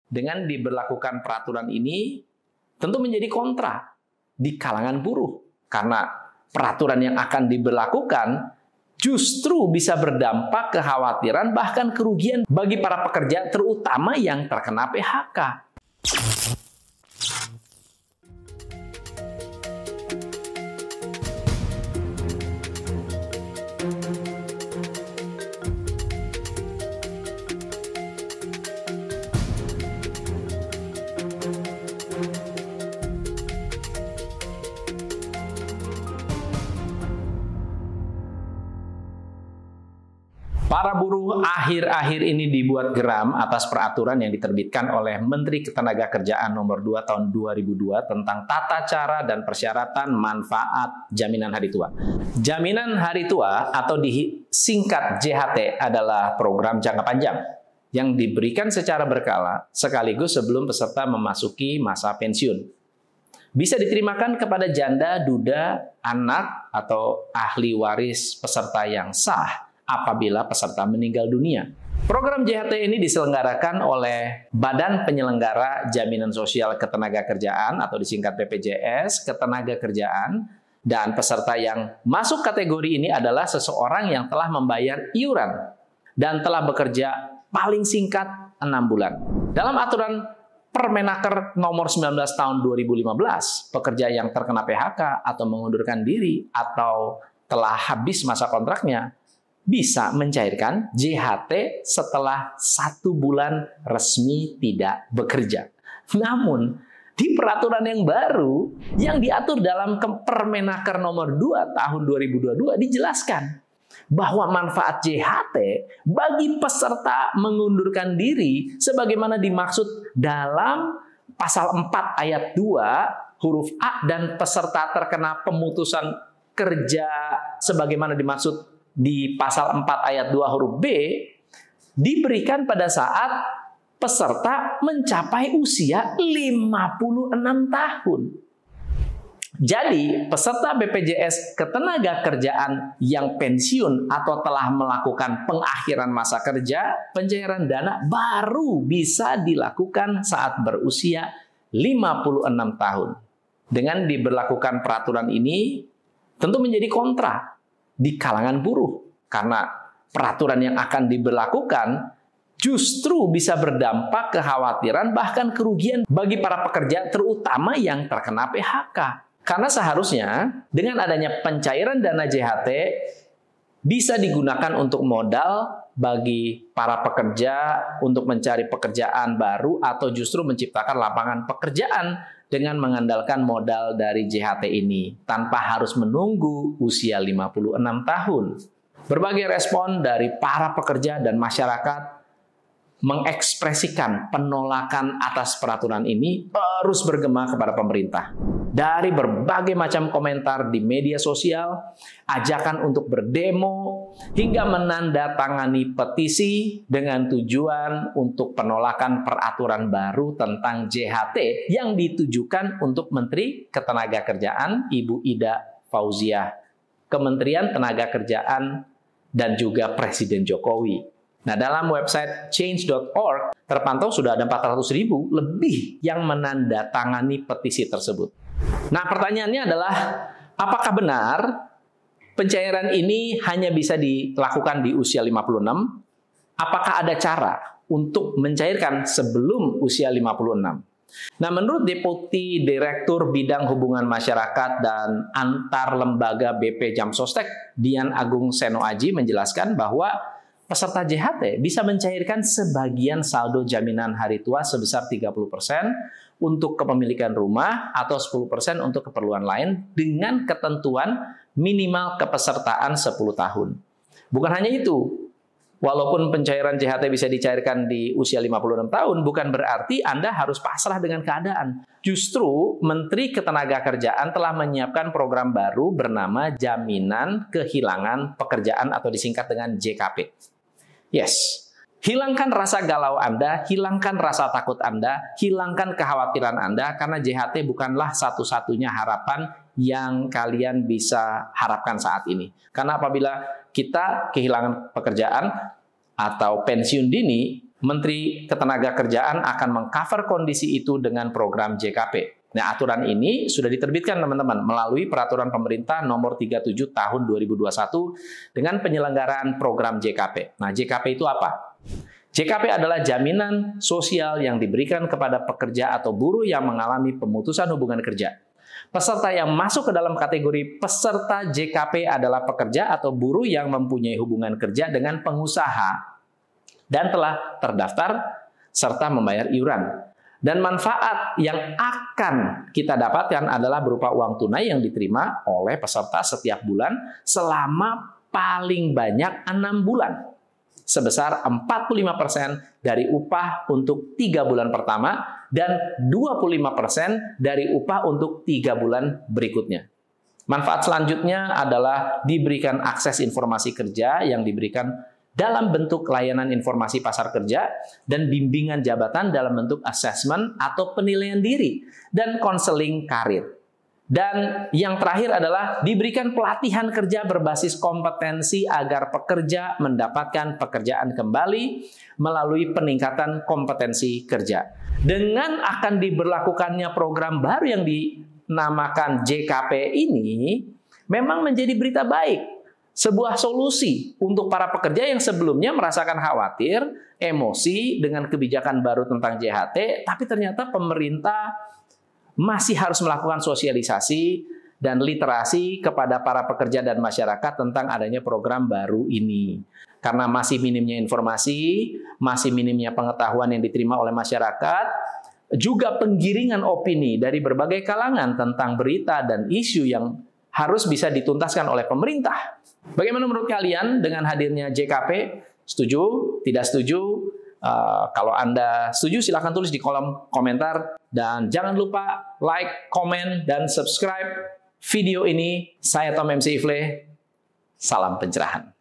Dengan diberlakukan peraturan ini tentu menjadi kontra di kalangan buruh. Karena peraturan yang akan diberlakukan justru bisa berdampak kekhawatiran bahkan kerugian bagi para pekerja terutama yang terkena PHK. Para buruh akhir-akhir ini dibuat geram atas peraturan yang diterbitkan oleh Menteri Ketenagakerjaan Nomor 2 Tahun 2002 tentang tata cara dan persyaratan manfaat jaminan hari tua. Jaminan hari tua atau disingkat JHT adalah program jangka panjang yang diberikan secara berkala sekaligus sebelum peserta memasuki masa pensiun. Bisa diterimakan kepada janda, duda, anak, atau ahli waris peserta yang sah apabila peserta meninggal dunia. Program JHT ini diselenggarakan oleh Badan Penyelenggara Jaminan Sosial Ketenagakerjaan atau disingkat BPJS Ketenagakerjaan, dan peserta yang masuk kategori ini adalah seseorang yang telah membayar iuran dan telah bekerja paling singkat 6 bulan. Dalam aturan Permenaker nomor 19 tahun 2015, pekerja yang terkena PHK atau mengundurkan diri atau telah habis masa kontraknya bisa mencairkan JHT setelah 1 bulan resmi tidak bekerja. Namun, di peraturan yang baru yang diatur dalam Permenaker nomor 2 tahun 2022 dijelaskan bahwa manfaat JHT bagi peserta mengundurkan diri sebagaimana dimaksud dalam pasal 4 ayat 2 huruf A dan peserta terkena pemutusan kerja sebagaimana dimaksud di pasal 4 ayat 2 huruf B diberikan pada saat peserta mencapai usia 56 tahun. Jadi, peserta BPJS Ketenagakerjaan yang pensiun atau telah melakukan pengakhiran masa kerja, pencairan dana baru bisa dilakukan saat berusia 56 tahun. Dengan diberlakukan peraturan ini, tentu menjadi kontra di kalangan buruh. Karena peraturan yang akan diberlakukan justru bisa berdampak kekhawatiran bahkan kerugian bagi para pekerja terutama yang terkena PHK. Karena seharusnya dengan adanya pencairan dana JHT bisa digunakan untuk modal bagi para pekerja untuk mencari pekerjaan baru atau justru menciptakan lapangan pekerjaan dengan mengandalkan modal dari JHT ini tanpa harus menunggu usia 56 tahun. Berbagai respon dari para pekerja dan masyarakat mengekspresikan penolakan atas peraturan ini terus bergema kepada pemerintah. Dari berbagai macam komentar di media sosial, ajakan untuk berdemo, hingga menandatangani petisi dengan tujuan untuk penolakan peraturan baru tentang JHT yang ditujukan untuk Menteri Ketenagakerjaan Ibu Ida Fauziah, Kementerian Tenaga-Kerjaan, dan juga Presiden Jokowi. Nah, dalam website change.org terpantau sudah ada 400.000 lebih yang menandatangani petisi tersebut. Nah, pertanyaannya adalah apakah benar pencairan ini hanya bisa dilakukan di usia 56? Apakah ada cara untuk mencairkan sebelum usia 56? Nah, menurut Deputi Direktur Bidang Hubungan Masyarakat dan Antar Lembaga BP Jamsostek, Dian Agung Seno Aji menjelaskan bahwa peserta JHT bisa mencairkan sebagian saldo jaminan hari tua sebesar 30% untuk kepemilikan rumah atau 10% untuk keperluan lain dengan ketentuan minimal kepesertaan 10 tahun. Bukan hanya itu, walaupun pencairan JHT bisa dicairkan di usia 56 tahun, bukan berarti Anda harus pasrah dengan keadaan. Justru Menteri Ketenagakerjaan telah menyiapkan program baru bernama Jaminan Kehilangan Pekerjaan atau disingkat dengan JKP. Yes, hilangkan rasa galau Anda, hilangkan rasa takut Anda, hilangkan kekhawatiran Anda, karena JHT bukanlah satu-satunya harapan yang kalian bisa harapkan saat ini. Karena apabila kita kehilangan pekerjaan atau pensiun dini, Menteri Ketenagakerjaan akan mengcover kondisi itu dengan program JKP. Nah, aturan ini sudah diterbitkan teman-teman melalui peraturan pemerintah nomor 37 tahun 2021 dengan penyelenggaraan program JKP. Nah, JKP itu apa? JKP adalah jaminan sosial yang diberikan kepada pekerja atau buruh yang mengalami pemutusan hubungan kerja. Peserta yang masuk ke dalam kategori peserta JKP adalah pekerja atau buruh yang mempunyai hubungan kerja dengan pengusaha dan telah terdaftar serta membayar iuran. Dan manfaat yang akan kita dapatkan adalah berupa uang tunai yang diterima oleh peserta setiap bulan selama paling banyak 6 bulan. Sebesar 45% dari upah untuk 3 bulan pertama dan 25% dari upah untuk 3 bulan berikutnya. Manfaat selanjutnya adalah diberikan akses informasi kerja yang diberikan dalam bentuk layanan informasi pasar kerja dan bimbingan jabatan dalam bentuk asesmen atau penilaian diri dan konseling karir. Dan yang terakhir adalah diberikan pelatihan kerja berbasis kompetensi agar pekerja mendapatkan pekerjaan kembali melalui peningkatan kompetensi kerja. Dengan akan diberlakukannya program baru yang dinamakan JKP ini memang menjadi berita baik. Sebuah solusi untuk para pekerja yang sebelumnya merasakan khawatir, emosi dengan kebijakan baru tentang JHT, tapi ternyata pemerintah masih harus melakukan sosialisasi dan literasi kepada para pekerja dan masyarakat tentang adanya program baru ini. Karena masih minimnya informasi, masih minimnya pengetahuan yang diterima oleh masyarakat, juga penggiringan opini dari berbagai kalangan tentang berita dan isu yang harus bisa dituntaskan oleh pemerintah. Bagaimana menurut kalian dengan hadirnya JKP? Setuju? Tidak setuju? Kalau Anda setuju, silahkan tulis di kolom komentar. Dan jangan lupa like, komen, dan subscribe video ini. Saya Tom MC Ifle. Salam pencerahan.